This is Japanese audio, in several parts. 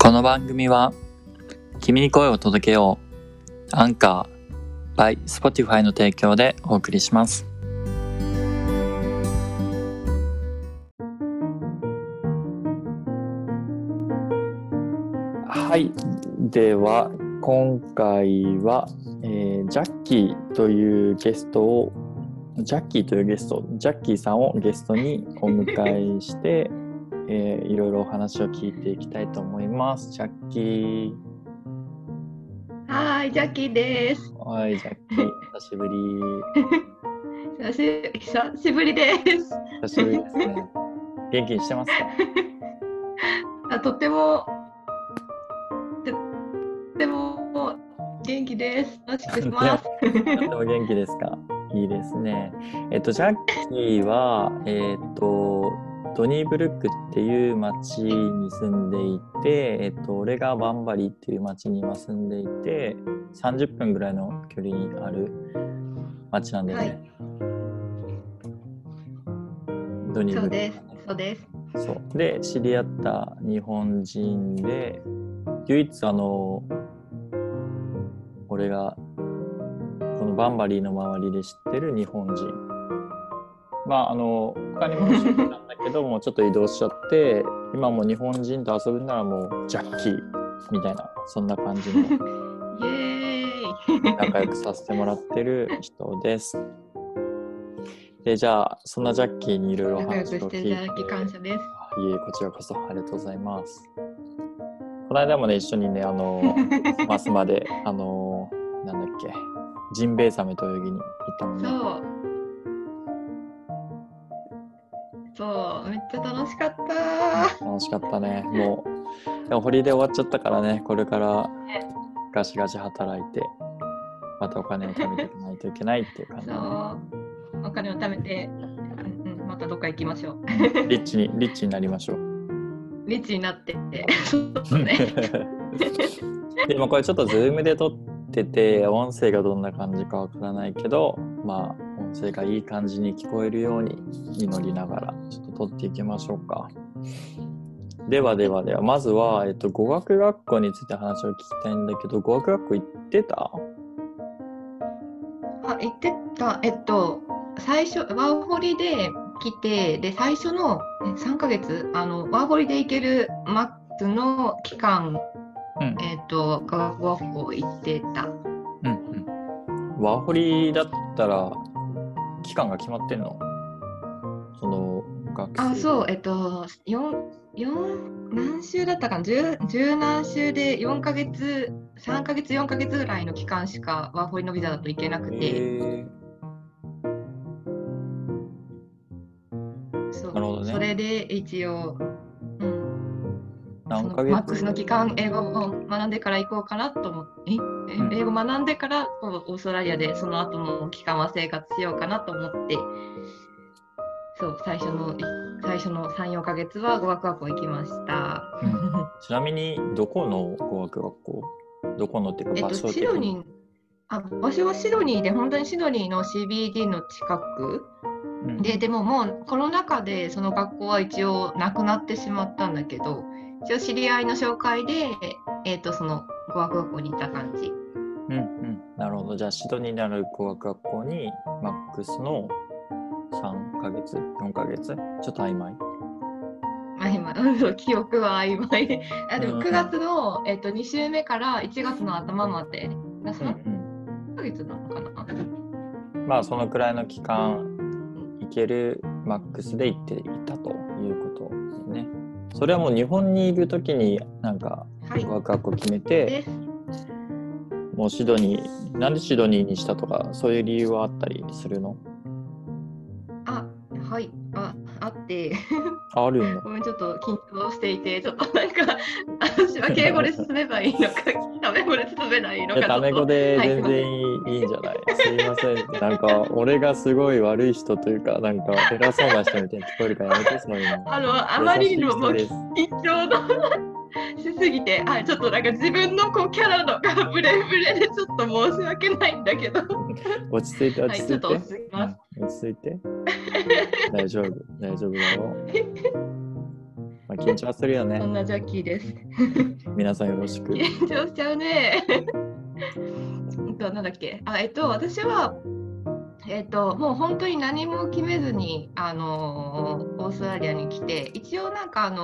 この番組は君に声を届けようアンカー by Spotify の提供でお送りします。はい、では今回は、ジャッキーというゲストジャッキーさんをゲストにお迎えしていろいろお話を聞いていきたいと思います。ジャッキー。 はい、ジャッキーです。 はい、ジャッキー、久しぶり。 久しぶりです。 久しぶりですね。元気にしてますか？ とっても元気です。楽しくします。 とっても元気ですか？いいですね。ジャッキーはドニーブルックっていう町に住んでいて、俺がバンバリーっていう町に今住んでいて、30分ぐらいの距離にある町なんだよね。はい、ドニーブルック、 そうです。 そうで知り合った日本人で、唯一俺がこのバンバリーの周りで知ってる日本人。他にも知ってたんだけどもうちょっと移動しちゃって今も日本人と遊ぶならもうジャッキーみたいな、そんな感じのイエーイ仲良くさせてもらってる人です。で、じゃあそんなジャッキーにいろいろ話を聞いて、 仲良くしていただき感謝です。 いえ、こちらこそありがとうございます。この間もね、一緒にねマスまでなんだっけ、ジンベエザメと泳ぎに行ったもんね。 そう、めっちゃ楽しかった。 楽しかったね。もうでもホリデー終わっちゃったからね、これからガシガシ働いてまたお金を貯めていかないといけないっていう感じだね。 そう、お金を貯めて、またどっか行きましょう。 リッチになりましょう。 リッチになってそうね。 でもこれちょっとズームで撮ってて音声がどんな感じかわからないけど、まあ音声がいい感じに聞こえるように祈りながらちょっと撮っていきましょうか。ではまずは、語学学校について話を聞きたいんだけど、語学学校行ってた？ 行ってた。最初ワーホリで来て、で最初の3ヶ月ワーホリで行けるマックスの期間、語学学校行ってた。 ワーホリだったら期間が決まってんの？その学生。 そう何週だったかな、10何週で3ヶ月4ヶ月ぐらいの期間しかワーホリのビザだといけなくて、 なるほどね。 それで一応、 何ヶ月？ マックスの期間英語を学んでから行こうかなと思って、英語学んでからオーストラリアでその後の期間は生活しようかなと思って、そう最初の 3,4 ヶ月は語学学校行きました。 ちなみにどこの語学学校？どこのっていうか場所？ シドニー。場所はシドニーで、本当にシドニーの CBD の近く、でももうコロナ禍でその学校は一応なくなってしまったんだけど、一応知り合いの紹介で、その語学学校に行った感じ。 なるほど。じゃあシドニーにある語学学校にマックスの3ヶ月4ヶ月、ちょっと曖昧。 記憶は曖昧で、でも9月の、2週目から1月の頭まで3ヶ月なのかな。 まあそのくらいの期間行けるマックスで行っていたということですね。それはもう日本にいる時になんか語学学校決めて、もうシドニー、なんでシドニーにしたとかそういう理由はあったりするの？ あってあるんだ。 ごめん、ちょっと緊張していて、ちょっとなんか私は敬語で進めばいいのかタメ語で進めないのか、 タメ語で全然いいんじゃない？すいません。なんか俺がすごい悪い人というか、なんか偉そうな人みたいに聞こえるからやめて、そういうの。 あまりにも緊張のしすぎて、ちょっとなんか自分のキャラのがブレブレでちょっと申し訳ないんだけど落ち着いてちょっと落ち着きます。 落ち着いて大丈夫だよ。 まあ、緊張するよね。 そんなジャッキーです。 皆さんよろしく。 緊張しちゃうね。なんだっけ。私は、もう本当に何も決めずに、オーストラリアに来て、一応なんか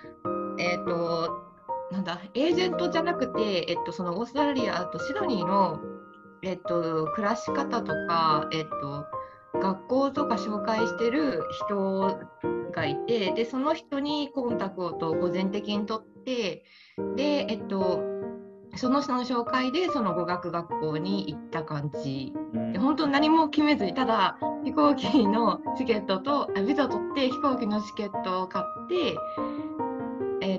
なんだ、エージェントじゃなくて、そのオーストラリアとシドニーの、暮らし方とか、学校とか紹介してる人がいて、でその人にコンタクトを個人的に取って、で、その人の紹介でその語学学校に行った感じで、本当に何も決めずに、ただ飛行機のチケットとビザを取って飛行機のチケットを買って、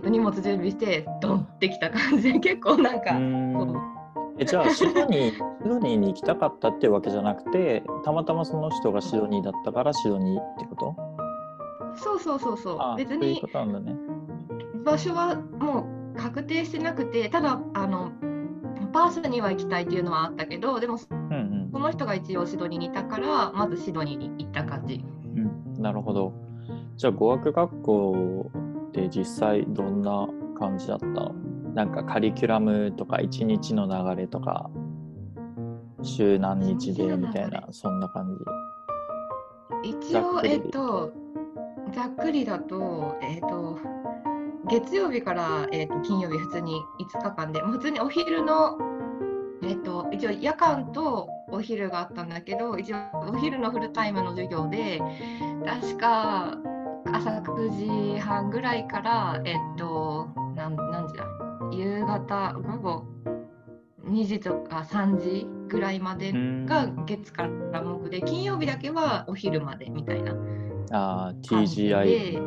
荷物準備してドンってきた感じで、結構なんかじゃあシドニーに行きたかったっていうわけじゃなくて、たまたまその人がシドニーだったからシドニーってこと？ そう別にそういうことなんだね。 場所はもう確定してなくて、ただパースには行きたいっていうのはあったけど、でもその人が一応シドニーにいたからまずシドニーに行った感じ。 なるほど。じゃあ語学学校って実際どんな感じだったの？なんかカリキュラムとか1日の流れとか週何日でみたいな、そんな感じ？一応ざっくりだと月曜日から、金曜日普通に5日間で、普通にお昼の、一応夜間とお昼があったんだけど、一応お昼のフルタイムの授業で確か朝9時半ぐらいから何時だ、夕方午後2時とか3時ぐらいまでが月から木で、金曜日だけはお昼までみたいな感じで。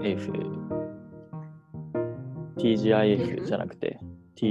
TGIF じゃなくて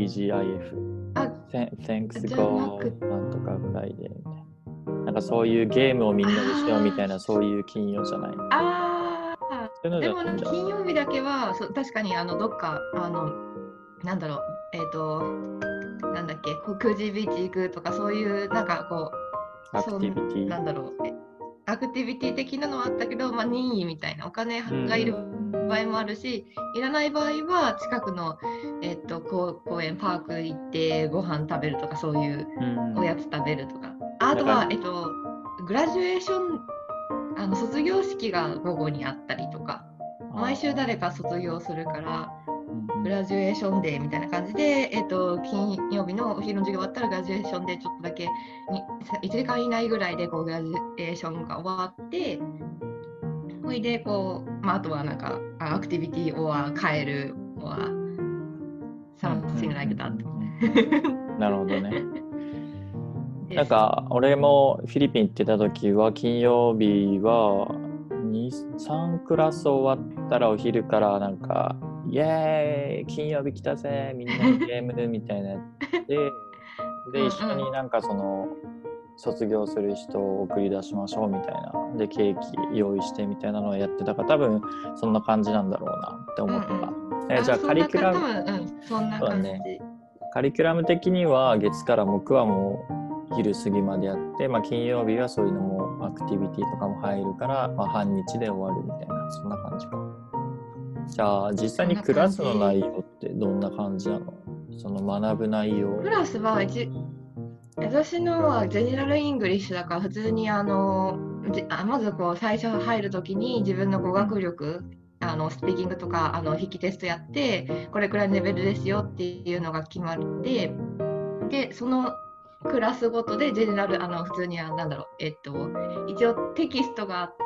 TGIF。Thanks God なんとかぐらいでみたいな。なんかそういうゲームをみんなでしようみたいな、そういう金曜じゃない？ でも金曜日だけは確かにどっかなんだろう、なんだっけ、くじビーチ行くとか、そういうなんかこうアクティビティ、 なんだろう、アクティビティ的なのはあったけど、任意みたいな、お金がいる場合もあるし、いらない場合は近くの、公園パーク行ってご飯食べるとか、そういうおやつ食べるとか、あとは、グラジュエーション、卒業式が午後にあったりとか、毎週誰か卒業するからグラジュエーションデーみたいな感じで、金曜日のお昼の授業終わったらグラジュエーションデーちょっとだけ1時間以内ぐらいでグラジュエーションが終わって、それであとはなんかアクティビティを帰るはsomething like that。 なるほどね。なんか俺もフィリピン行ってた時は金曜日は3クラス終わったらお昼からなんかイエーイ金曜日来たぜみんなでゲームみたいなやってで一緒になんかその卒業する人を送り出しましょうみたいなでケーキ用意してみたいなのをやってたから、多分そんな感じなんだろうなって思った。じゃあカリキュラム、 そんな感じ、 カリキュラム的には月から木はもう昼過ぎまでやって、金曜日はそういうのもアクティビティとかも入るから、半日で終わるみたいな、そんな感じか。じゃあ実際にクラスの内容ってどんな感じなの？その学ぶ内容。 クラスは私のはジェネラルイングリッシュだから、普通にまず最初入るときに自分の語学力、スピーキングとか筆記テストやって、これくらいのレベルですよっていうのが決まって、でそのクラスごとでジェネラル普通には一応テキストがあって、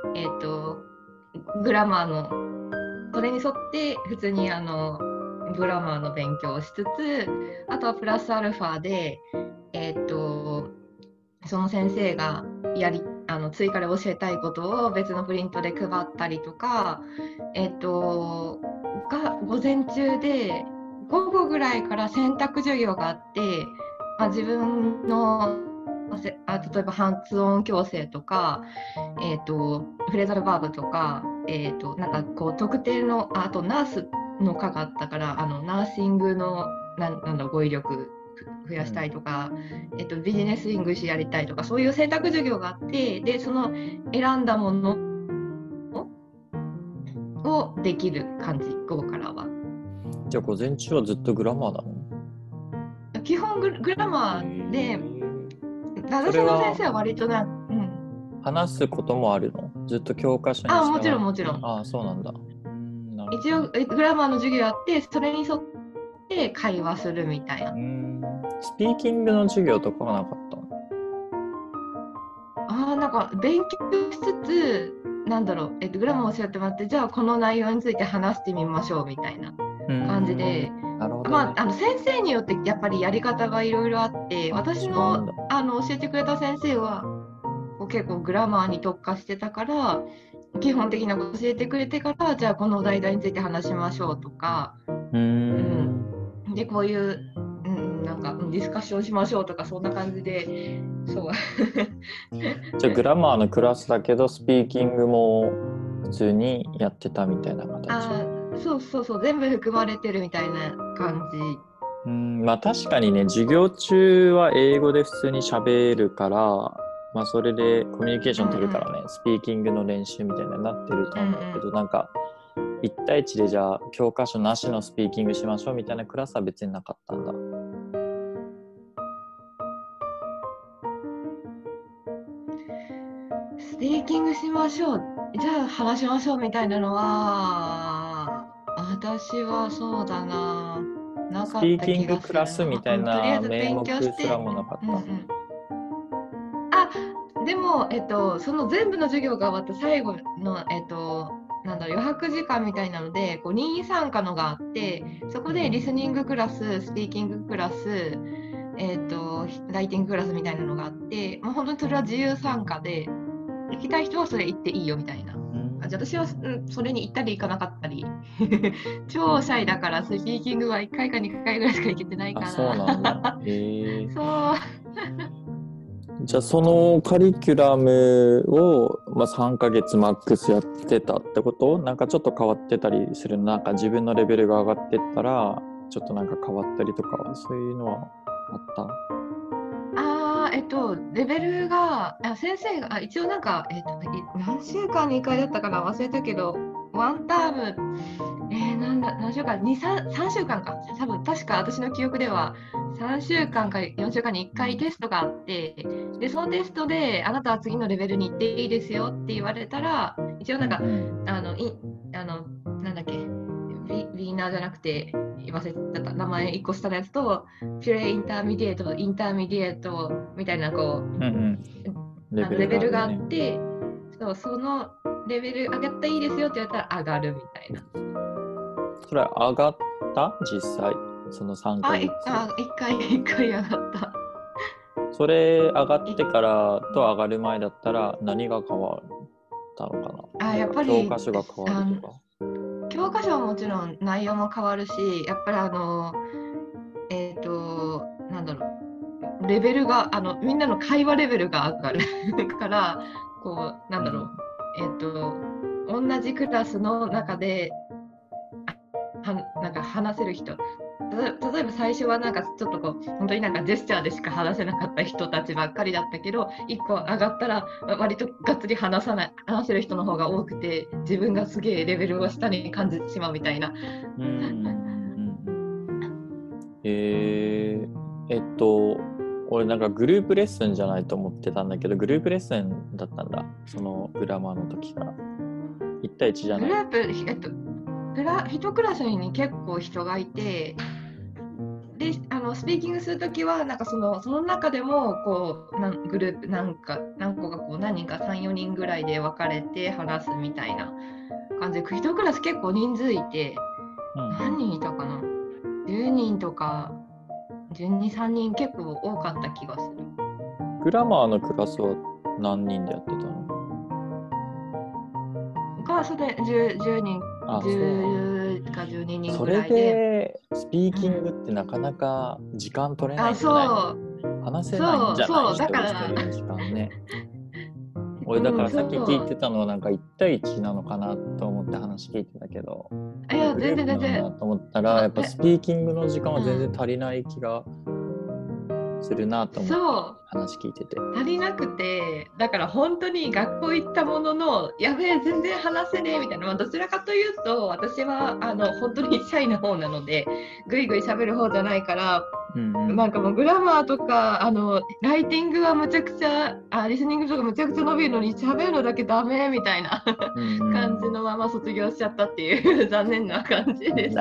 グラマーのそれに沿って普通にグラマーの勉強をしつつ、あとはプラスアルファでその先生が追加で教えたいことを別のプリントで配ったりとか、が午前中で午後ぐらいから選択授業があって、自分の例えば発音矯正とか、フレーザルバーブとか、なんか特定のあとナースの科があったから、ナーシングの語彙力増やしたいとか、ビジネスイングリッシュやりたいとか、そういう選択授業があって、でその選んだものをできる感じ、午後からは。 じゃあ午前中はずっとグラマーなの？ 基本グラマーで、私の先生は割と話すこともあるの？ずっと教科書にもちろんもちろん。 そうなんだ。 一応グラマーの授業あって、それに沿って会話するみたいな。 スピーキングの授業とかはなかったの？ なんか勉強しつつ、グラマーを教えてもらって、じゃあこの内容について話してみましょうみたいな感じで、 なるほどね。 先生によってやっぱりやり方がいろいろあって、私の教えてくれた先生は結構グラマーに特化してたから、基本的なこと教えてくれてから、じゃあこの題材について話しましょうとか、でこういうなんかディスカッションしましょうとか、そんな感じで。そうじゃあグラマーのクラスだけどスピーキングも普通にやってたみたいな形？ そう全部含まれてるみたいな感じ。 まあ確かにね、授業中は英語で普通に喋るから、まあそれでコミュニケーション取れたらね、スピーキングの練習みたいになってると思うけど、なんか1対1でじゃあ教科書なしのスピーキングしましょうみたいなクラスは別になかったんだ。 スピーキングしましょう、じゃあ話しましょうみたいなのは、私はそうだな、なかった気がするな。 スピーキングクラスみたいな名目すらもなかった。 でも、その全部の授業が終わった最後の、余白時間みたいなので、任意参加のがあって、そこでリスニングクラス、スピーキングクラス、ライティングクラスみたいなのがあって、本当にそれは自由参加で、行きたい人はそれ行っていいよみたいな。私は、それに行ったり行かなかったり超シャイだからスピーキングは1回か2回ぐらいしか行けてないから。 そうなんだ。 そうじゃあそのカリキュラムを、3ヶ月マックスやってたってこと？なんかちょっと変わってたりする？なんか自分のレベルが上がってったらちょっとなんか変わったりとか、そういうのはあった？ レベルが先生が一応なんか、何週間に1回だったかな、忘れたけど、ワンターム、何週間、3週間か、多分確か私の記憶では3週間か4週間に1回テストがあって、でそのテストであなたは次のレベルに行っていいですよって言われたら、一応なんか、なんだっけ、ビーナーじゃなくて忘れてた名前1個下のやつと、ピュレインターミディエート、インターミディエートみたいなレベルがあって、そのレベル上がったらいいですよって言われたら上がるみたいな。 それ上がった？実際その3ヶ月。 1回上がった。 それ上がってからと上がる前だったら何が変わったのかな？ やっぱり教科書が変わるとか。 教科書はもちろん内容も変わるし、やっぱりレベルがみんなの会話レベルが上がるから同じクラスの中でなんか話せる人、例えば最初はなんかちょっと本当になんかジェスチャーでしか話せなかった人たちばっかりだったけど、1個上がったら割とがっつり話せる人の方が多くて、自分がすげえレベルを下に感じてしまうみたいな。 俺なんかグループレッスンじゃないと思ってたんだけど、グループレッスンだったんだ、そのグラマーの時から。1対1じゃない。 グループ、1クラスに結構人がいて、でスピーキングするときはなんかその中でもグループ何個か何人か 3,4 人ぐらいで分かれて話すみたいな感じで、1クラス結構人数いて、何人いたかな、10人とか12、3人結構多かった気がする。 グラマーのクラスは何人でやってたの？ それ10人、10か12人ぐらいで。 それでスピーキングってなかなか時間取れないんじゃないの？話せないんじゃない？ だから一人の時間ね。俺だからさっき聞いてたのはなんか1対1なのかなと思って話聞いてたけど、 いや全然と思ったらやっぱスピーキングの時間は全然足りない気がするなと思って話聞いてて。 足りなくて、だから本当に学校行ったものの、やべえ全然話せねえみたいな、まあ、どちらかというと私は本当にシャイな方なのでぐいぐい喋る方じゃないから、なんかもうグラマーとかライティングはむちゃくちゃリスニングとかむちゃくちゃ伸びるのに喋るのだけダメみたいな感じのまま卒業しちゃったっていう残念な感じでした。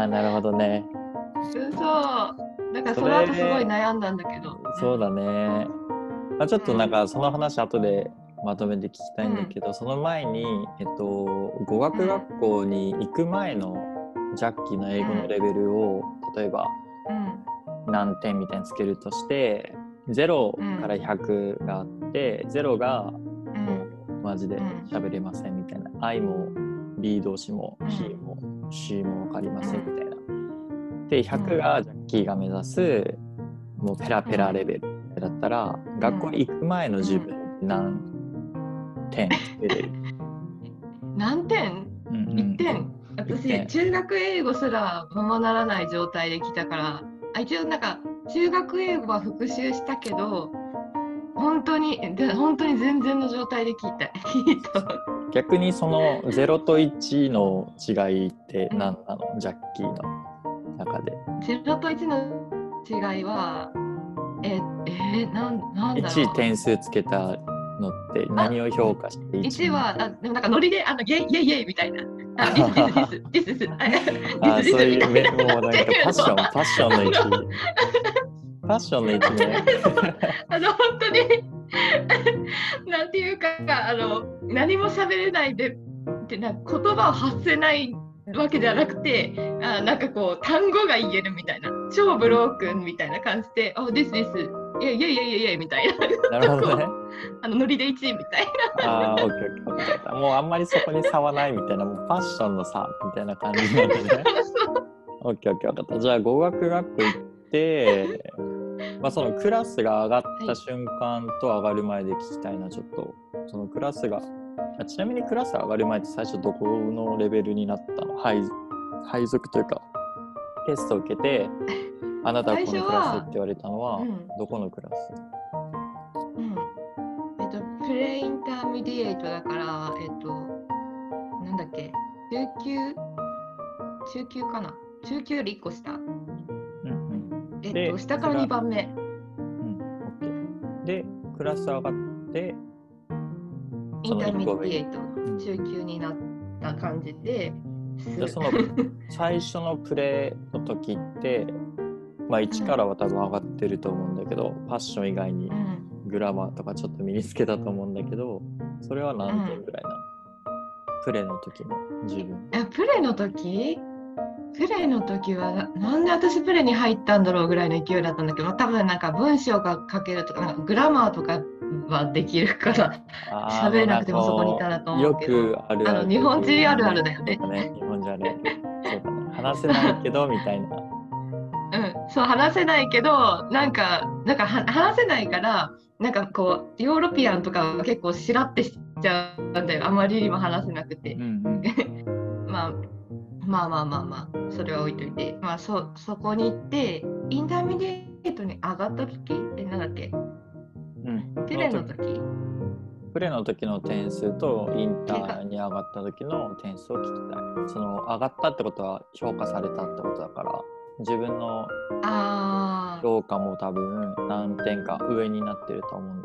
なるほどね。 そうだからその後すごい悩んだんだけど。 そうだね。ちょっとなんかその話後でまとめて聞きたいんだけど、その前に、語学学校に行く前のジャッキーの英語のレベルを、例えば何点みたいにつけるとして、0から100があって、0がもうマジで喋れませんみたいな、I も B 動詞も He も She も分かりませんみたいな。で100がジャッキーが目指すもうペラペラレベルだったら、学校行く前の自分って何点つけれる？ 何点？1点。私中学英語すらままならない状態で来たから、一応なんか中学英語は復習したけど本当に全然の状態で聞いた。 逆にその0と1の違いって何なの？ジャッキーの中で。 0と1の違いはなんだろう。 1点数つけたのって何を評価して 1はでもなんかノリでイェイイェイイェイみたいな。ディスそういうもうなんかパッションの1。パッションの1ね。 本当になんていうか何も喋れないでって言葉を発せないわけじゃなくて、なんかこう単語が言えるみたいな、超ブロークンみたいな感じで、ですイェイイェイイェイイェイみたいな。 なるほどね。 ノリで1位みたいな。 オッケー。もうあんまりそこに差はないみたいな、もうファッションの差みたいな感じなんでね。オッケー分かった。じゃあ語学学校行って、そのクラスが上がった瞬間と上がる前で聞きたいな、ちょっと。そのクラスが、ちなみにクラス上がる前って最初どこのレベルになったの？配属というか、テストを受けて、あなたはこのクラスって言われたのは、どこのクラス？ プレインターミディエイトだから、なんだっけ、中級かな？中級より1個下。下から2番目。 OK。で、クラス上がって、 インターミディエイト、中級になった感じで。 じゃあその最初のプレイの時って、1からは多分上がってると思うんだけど、パッション以外にグラマーとかちょっと身につけたと思うんだけど、それは何点ぐらいなの？プレイの時の自分。 プレイの時はなんで私プレイに入ったんだろうぐらいの勢いだったんだけど、多分なんか文章が書けるとか、なんかグラマーとかはできるから喋れなくてもそこにいたらと思うけど、 よくある日本人あるあるだよね。 日本人あるある。そうだね。話せないけどみたいな。 そう話せないけどなんか話せないからなんかこうヨーロピアンとかは結構しらってしちゃうんだよ、あまりにも話せなくて。まあそれは置いといて、そこに行ってインターミディエイトに上がった時なんだっけ、プレの時の点数とインターに上がった時の点数を聞きたい。その上がったってことは評価されたってことだから、自分の評価も多分何点か上になってると思うんだ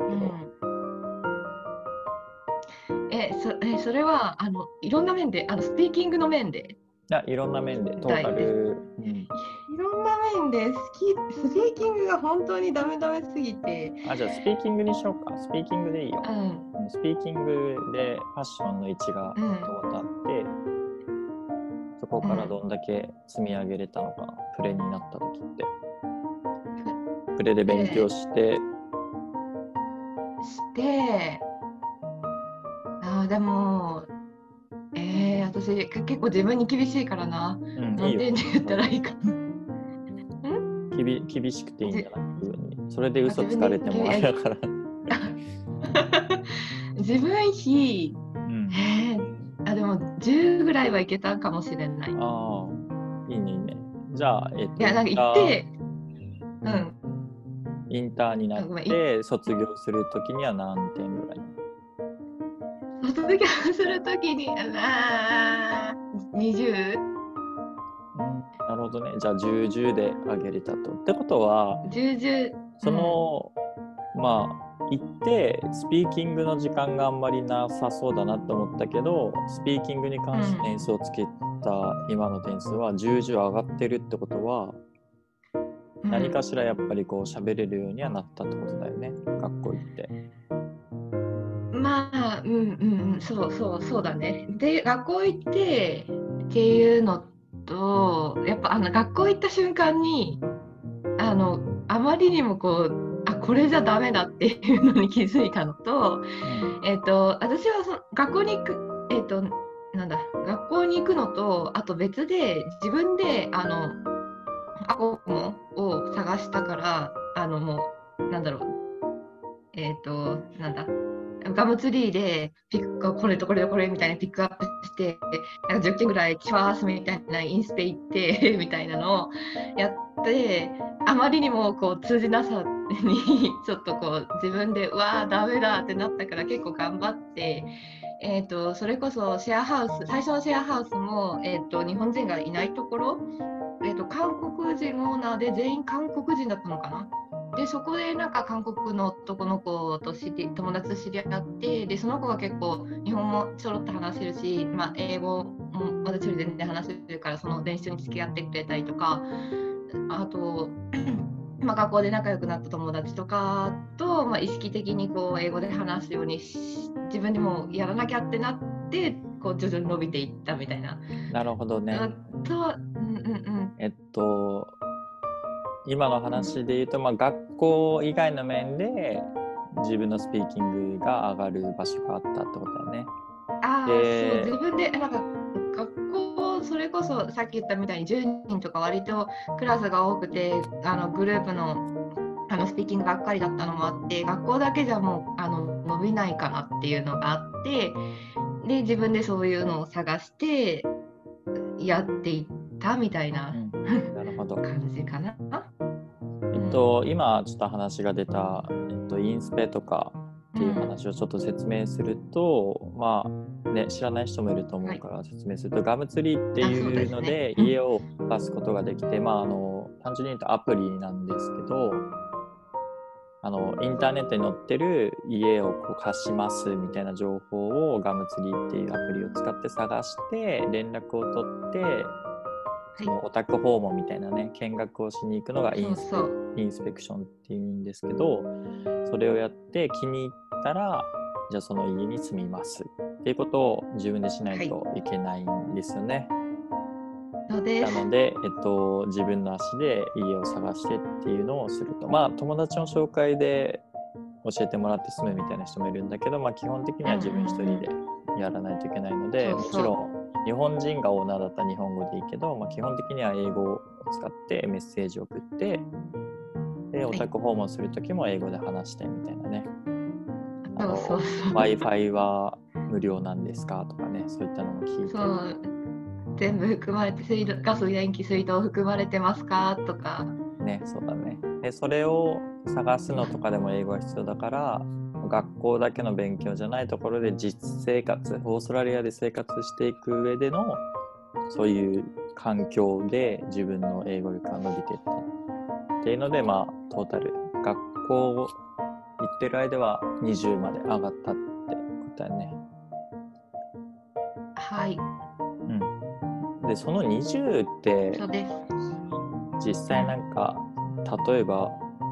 けど、それはいろんな面でスピーキングの面でいろんな面でトータル、 いろんな面でスピーキングが本当にダメすぎて。 じゃあスピーキングにしようか。スピーキングでいいよ。スピーキングでファッションの位置がトータって、そこからどんだけ積み上げれたのかな、プレになった時って。プレで勉強してでも私結構自分に厳しいからな。何点で言ったらいいかな。 厳しくていいんじゃない？それで嘘つかれてもあれだから。 自分比、でも10ぐらいはいけたかもしれない。 いいね。じゃあいやなんか言って、 インターンになって卒業するときには何点ぐらい？ 卒業するときに20？ なるほどね。じゃあ10、10で上げれたと。ってことは、 10、 その、まあ、行ってスピーキングの時間があんまりなさそうだなと思ったけど、スピーキングに関して点数をつけた今の点数は10、10上がってるってことは、何かしらやっぱりこう喋れるようにはなったってことだよね、学校行って。 まあ、そうだね。で、学校行ってっていうのと、やっぱ学校行った瞬間に、あまりにもこれじゃダメだっていうのに気づいたのと、私は学校に行く、学校に行くのと、あと別で自分でアコモを探したから、もう、ガムツリーでこれとこれとこれみたいなピックアップして、なんか10件ぐらい来ますみたいなインスペ行ってみたいなのをやって、あまりにも通じなさにちょっと自分でうわーダメだってなったから結構頑張って、それこそシェアハウス、最初のシェアハウスも、日本人がいないところ、韓国人オーナーで全員韓国人だったのかな。でそこでなんか韓国の男の子と友達と知り合って、でその子が結構日本もちょろっと話せるし、英語も私より全然話せるから、その練習に付き合ってくれたりとか、あと学校で仲良くなった友達とかと、意識的に英語で話すように自分でもやらなきゃってなって徐々に伸びていったみたいな。 なるほどね。今の話で言うと、学校以外の面で自分のスピーキングが上がる場所があったってことだよね。 そう自分で学校、それこそさっき言ったみたいに10人とか割とクラスが多くて、グループのスピーキングばっかりだったのもあって、学校だけじゃもう伸びないかなっていうのがあって、で自分でそういうのを探してやっていったみたいな、 なるほど感じかな。 今ちょっと話が出た、インスペとかっていう話をちょっと説明すると、知らない人もいると思うから説明すると、ガムツリーっていうので家を貸すことができて、単純に言うとアプリなんですけど、インターネットに載ってる家を貸しますみたいな情報をガムツリーっていうアプリを使って探して連絡を取って、そのオタク訪問みたいなね、見学をしに行くのがインスペクションっていうんですけど、それをやって気に入ったら、じゃあその家に住みますっていうことを自分でしないといけないんですよね。なので、自分の足で家を探してっていうのをすると、友達の紹介で教えてもらって住むみたいな人もいるんだけど、基本的には自分一人でやらないといけないので、もちろん日本人がオーナーだったら日本語でいいけど、基本的には英語を使ってメッセージを送って、でオタク訪問する時も英語で話してみたいなね。Wi-Fi は無料なんですかとかね、そういったのも聞いて。 全部含まれて、ガス、電気、水道含まれてますかとか。 ね、そうだね。で、それを探すのとかでも英語が必要だから、学校だけの勉強じゃないところで実生活、オーストラリアで生活していく上でのそういう環境で自分の英語力が伸びていったっていうので、トータル学校行ってる間は20まで上がったってことだよね。 はい。 でその20って実際なんか例えば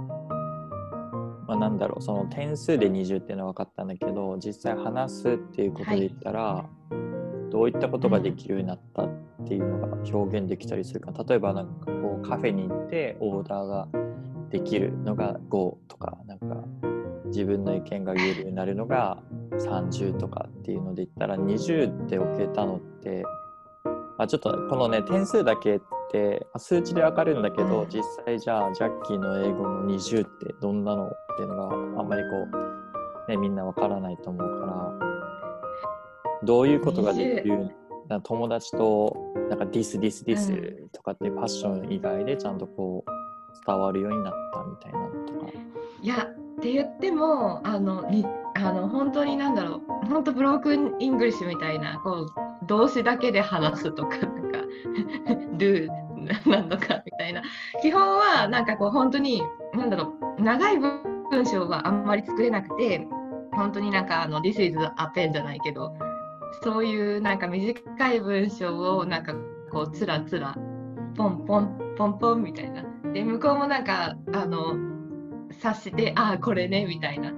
その点数で20っていうのは分かったんだけど、実際話すっていうことで言ったら、どういったことができるようになったっていうのが表現できたりするか。例えばカフェに行ってオーダーができるのが5とか、自分の意見が言えるようになるのが30とかっていうので言ったら、20って置けたのってちょっとこのね点数だけって数値でわかるんだけど、実際じゃあジャッキーの英語の20ってどんなのっていうのがあんまりみんなわからないと思うから、どういうことができる、友達とディスとかっていうパッション以外でちゃんと伝わるようになったみたいなのとか。 いやって言っても本当に本当ブロークンイングリッシュみたいなこう動詞だけで話すとかなんかdo なんとかみたいな基本はなんかこう本当に長い文章はあんまり作れなくて本当になんかThis is a pen じゃないけどそういうなんか短い文章をなんかこうつらつらポンポンポンポンみたいなで向こうもなんか察してこれねみたいな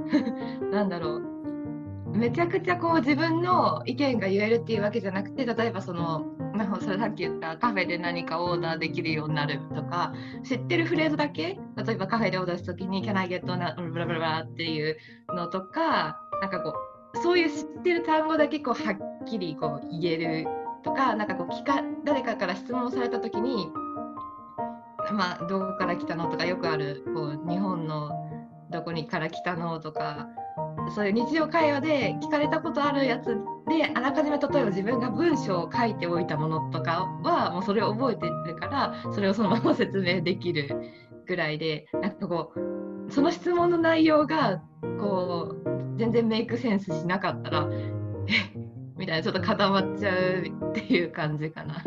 めちゃくちゃこう自分の意見が言えるっていうわけじゃなくて例えばそれさっき言ったカフェで何かオーダーできるようになるとか知ってるフレーズだけ例えばカフェでオーダーした時に Can I get on a ブラブラブラっていうのとかなんかこうそういう知ってる単語だけこうはっきりこう言えるとかなんかこう誰かから質問された時にどこから来たのとかよくあるこう日本のどこにから来たのとかそういう日常会話で聞かれたことあるやつであらかじめ例えば自分が文章を書いておいたものとかはもうそれを覚えてるからそれをそのまま説明できるぐらいでなんかこうその質問の内容がこう全然メイクセンスしなかったらみたいなちょっと固まっちゃうっていう感じかな。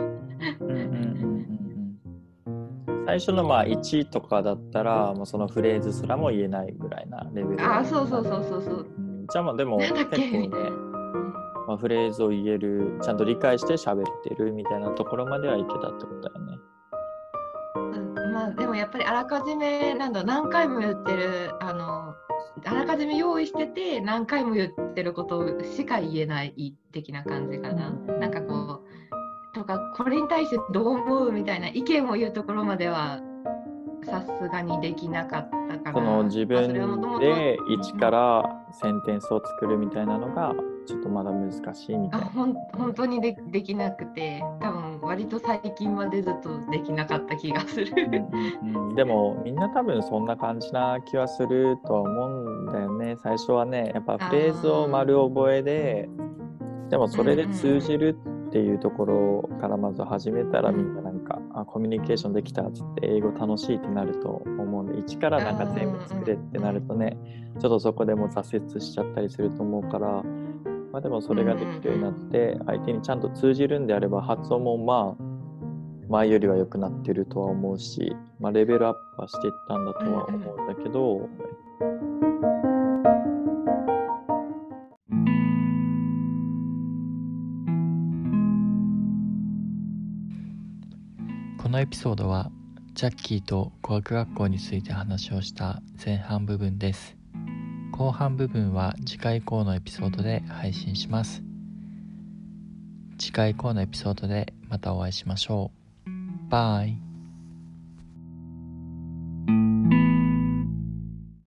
最初の1とかだったらもうそのフレーズすらも言えないぐらいなレベル。 そう。 じゃあでも結構ね、フレーズを言えるちゃんと理解して喋ってるみたいなところまではいけたってことだよね。 でもやっぱりあらかじめ何回も言ってるあらかじめ用意してて何回も言ってることしか言えない的な感じかな。なんかこうとかこれに対してどう思うみたいな意見を言うところまではさすがにできなかったかな。 その自分で一からセンテンスを作るみたいなのがちょっとまだ難しいみたいな。 本当に できなくて多分割と最近までずっとできなかった気がする。 でもみんな多分そんな感じな気はするとは思うんだよね。最初はねやっぱフレーズを丸覚えでもそれで通じるっていうところからまず始めたらみんななんかコミュニケーションできたっつって英語楽しいってなると思うんで一からなんか全部作れってなるとねちょっとそこでも挫折しちゃったりすると思うからでもそれができるようになって相手にちゃんと通じるんであれば発音も前よりは良くなってるとは思うし、レベルアップはしていったんだとは思うんだけど、 このエピソードはジャッキーと語学学校について話をした前半部分です。後半部分は次回以降のエピソードで配信します。次回以降のエピソードでまたお会いしましょう。バイ。